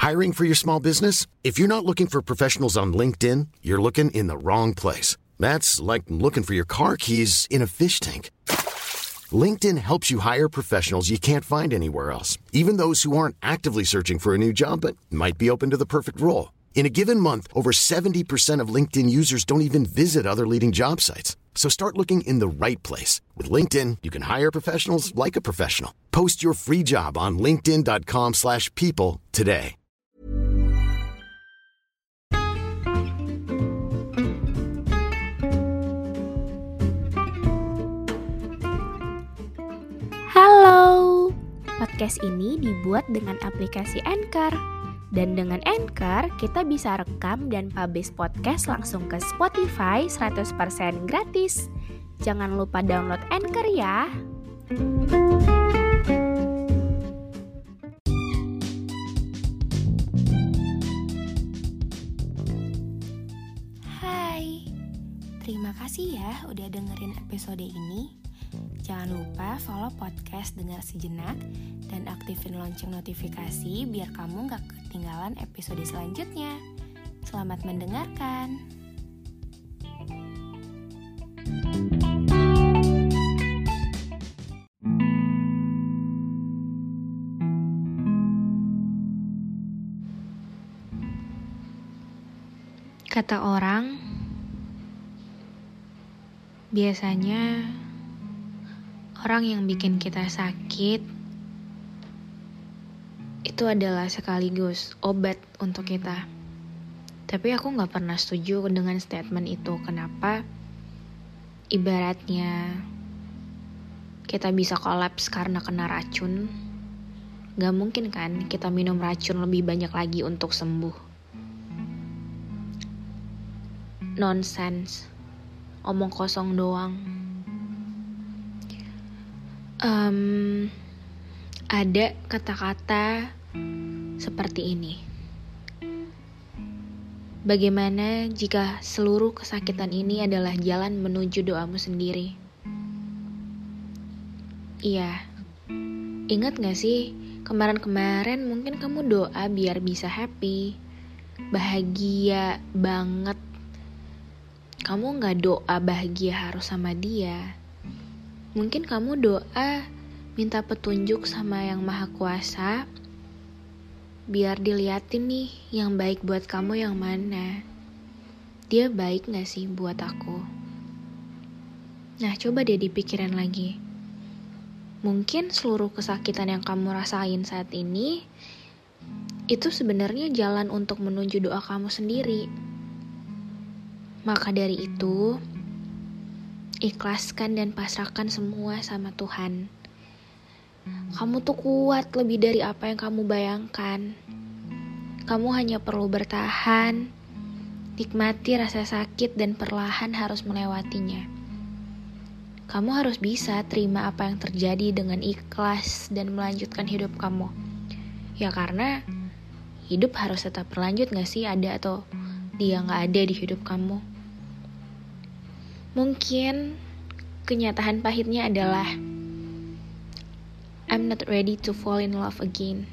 Hiring for your small business? If you're not looking for professionals on LinkedIn, you're looking in the wrong place. That's like looking for your car keys in a fish tank. LinkedIn helps you hire professionals you can't find anywhere else, even those who aren't actively searching for a new job but might be open to the perfect role. In a given month, over 70% of LinkedIn users don't even visit other leading job sites. So start looking in the right place. With LinkedIn, you can hire professionals like a professional. Post your free job on linkedin.com/people today. Halo, podcast ini dibuat dengan aplikasi Anchor. Dan dengan Anchor, kita bisa rekam dan publish podcast langsung ke Spotify 100% gratis. Jangan lupa download Anchor ya. Hai, terima kasih ya udah dengerin episode ini. Jangan lupa follow podcast Dengar Sejenak dan aktifin lonceng notifikasi biar kamu gak ketinggalan episode selanjutnya. Selamat mendengarkan. Kata orang, biasanya orang yang bikin kita sakit itu adalah sekaligus obat untuk kita. Tapi aku gak pernah setuju dengan statement itu. Kenapa? Ibaratnya kita bisa kolaps karena kena racun. Gak mungkin kan kita minum racun lebih banyak lagi untuk sembuh. Nonsense. Omong kosong doang. Ada kata-kata seperti ini. Bagaimana jika seluruh kesakitan ini adalah jalan menuju doamu sendiri? Iya, ingat gak sih kemarin-kemarin mungkin kamu doa biar bisa happy, bahagia banget. Kamu gak doa bahagia harus sama dia. Mungkin kamu doa minta petunjuk sama Yang Maha Kuasa, biar diliatin nih yang baik buat kamu yang mana. Dia baik gak sih buat aku? Nah, coba deh dipikirin lagi. Mungkin seluruh kesakitan yang kamu rasain saat ini itu sebenarnya jalan untuk menuju doa kamu sendiri. Maka dari itu, ikhlaskan dan pasrahkan semua sama Tuhan. Kamu tuh kuat lebih dari apa yang kamu bayangkan. Kamu hanya perlu bertahan, nikmati rasa sakit dan perlahan harus melewatinya. Kamu harus bisa terima apa yang terjadi dengan ikhlas dan melanjutkan hidup kamu. Ya karena hidup harus tetap berlanjut gak sih, ada atau dia gak ada di hidup kamu. Mungkin kenyataan pahitnya adalah I'm not ready to fall in love again.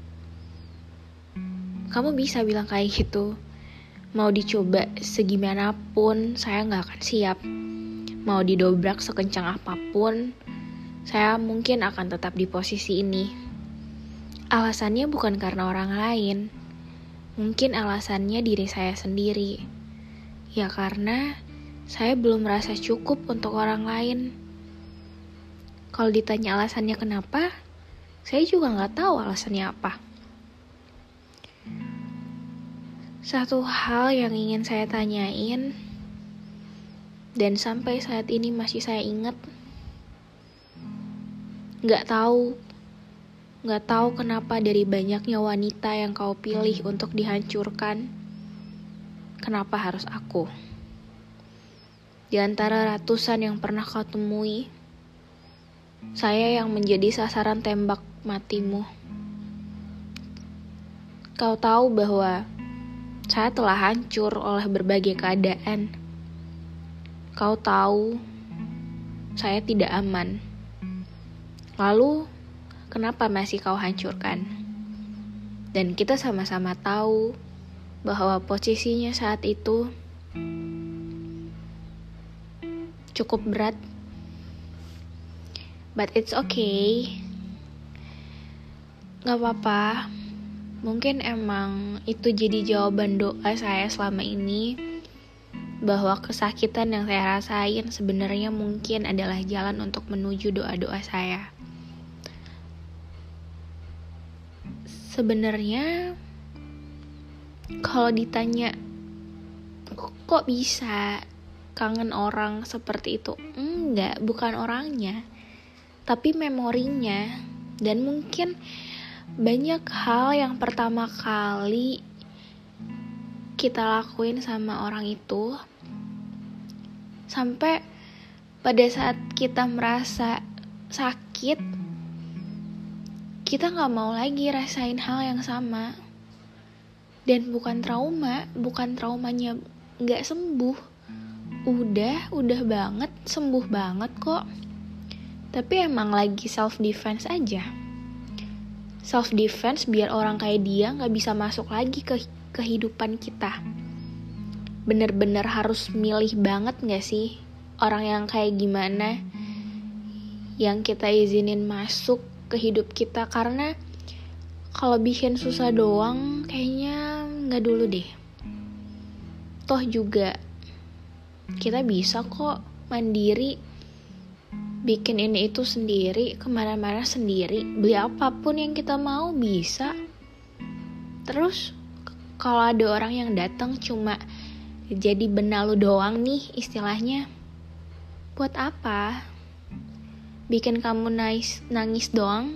Kamu bisa bilang kayak gitu. Mau dicoba segimanapun, saya gak akan siap. Mau didobrak sekencang apapun, saya mungkin akan tetap di posisi ini. Alasannya bukan karena orang lain. Mungkin alasannya diri saya sendiri. Ya karena saya belum merasa cukup untuk orang lain. Kalau ditanya alasannya kenapa, saya juga gak tahu alasannya apa. Satu hal yang ingin saya tanyain, dan sampai saat ini masih saya ingat, gak tahu kenapa dari banyaknya wanita yang kau pilih untuk dihancurkan, kenapa harus aku? Di antara ratusan yang pernah kau temui, saya yang menjadi sasaran tembak matimu. Kau tahu bahwa saya telah hancur oleh berbagai keadaan. Kau tahu saya tidak aman. Lalu, kenapa masih kau hancurkan? Dan kita sama-sama tahu bahwa posisinya saat itu cukup berat. But it's okay. Gak apa-apa. Mungkin emang itu jadi jawaban doa saya selama ini, bahwa kesakitan yang saya rasain sebenarnya mungkin adalah jalan untuk menuju doa-doa saya. Sebenarnya kalau ditanya kok bisa kangen orang seperti itu, enggak, bukan orangnya, tapi memorinya. Dan mungkin banyak hal yang pertama kali kita lakuin sama orang itu, sampai pada saat kita merasa sakit, kita gak mau lagi rasain hal yang sama. Dan bukan traumanya gak sembuh, udah banget, sembuh banget kok. Tapi emang lagi self defense aja. Self defense biar orang kayak dia gak bisa masuk lagi ke kehidupan kita. Bener-bener harus milih banget gak sih orang yang kayak gimana yang kita izinin masuk ke hidup kita. Karena kalau bikin susah doang kayaknya gak dulu deh. Toh juga kita bisa kok mandiri, bikin ini itu sendiri, kemana-mana sendiri, beli apapun yang kita mau bisa. Terus kalau ada orang yang datang cuma jadi benalu doang nih istilahnya, buat apa? Bikin kamu nangis doang?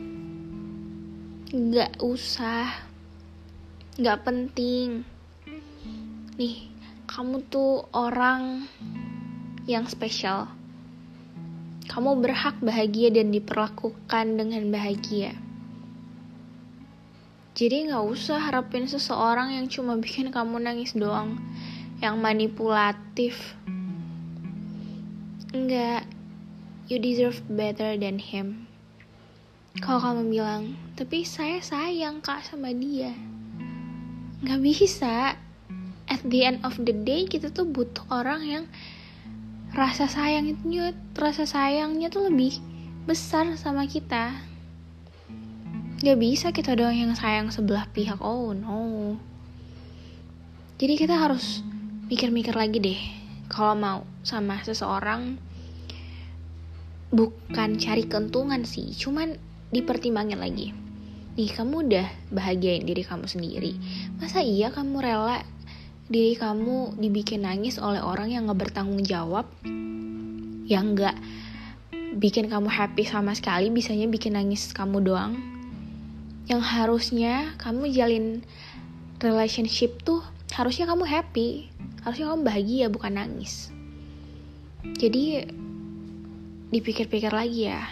Gak usah, gak penting. Nih, kamu tuh orang yang spesial. Kamu berhak bahagia dan diperlakukan dengan bahagia. Jadi gak usah harapin seseorang yang cuma bikin kamu nangis doang, yang manipulatif. Enggak, you deserve better than him. Kalau kamu bilang, tapi saya sayang kak sama dia, gak bisa. At the end of the day, kita tuh butuh orang yang rasa sayangnya tuh lebih besar sama kita. Gak bisa kita doang yang sayang sebelah pihak. Oh no. Jadi kita harus mikir-mikir lagi deh kalau mau sama seseorang. Bukan cari keuntungan sih, cuman dipertimbangin lagi. Nih, kamu udah bahagiain diri kamu sendiri, masa iya kamu rela diri kamu dibikin nangis oleh orang yang gak bertanggung jawab, yang gak bikin kamu happy sama sekali, bisanya bikin nangis kamu doang? Yang harusnya kamu jalin relationship tuh harusnya kamu happy, harusnya kamu bahagia, bukan nangis. Jadi dipikir-pikir lagi ya.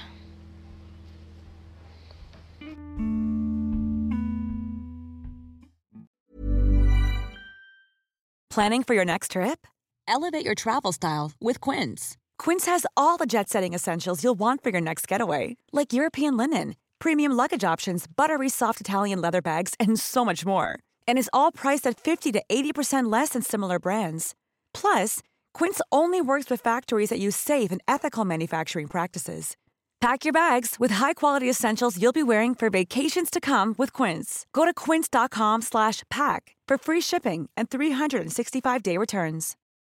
Planning for your next trip? Elevate your travel style with Quince. Quince has all the jet-setting essentials you'll want for your next getaway, like European linen, premium luggage options, buttery soft Italian leather bags, and so much more. And is all priced at 50 to 80% less than similar brands. Plus, Quince only works with factories that use safe and ethical manufacturing practices. Pack your bags with high-quality essentials you'll be wearing for vacations to come with Quince. Go to quince.com/pack for free shipping and 365-day returns.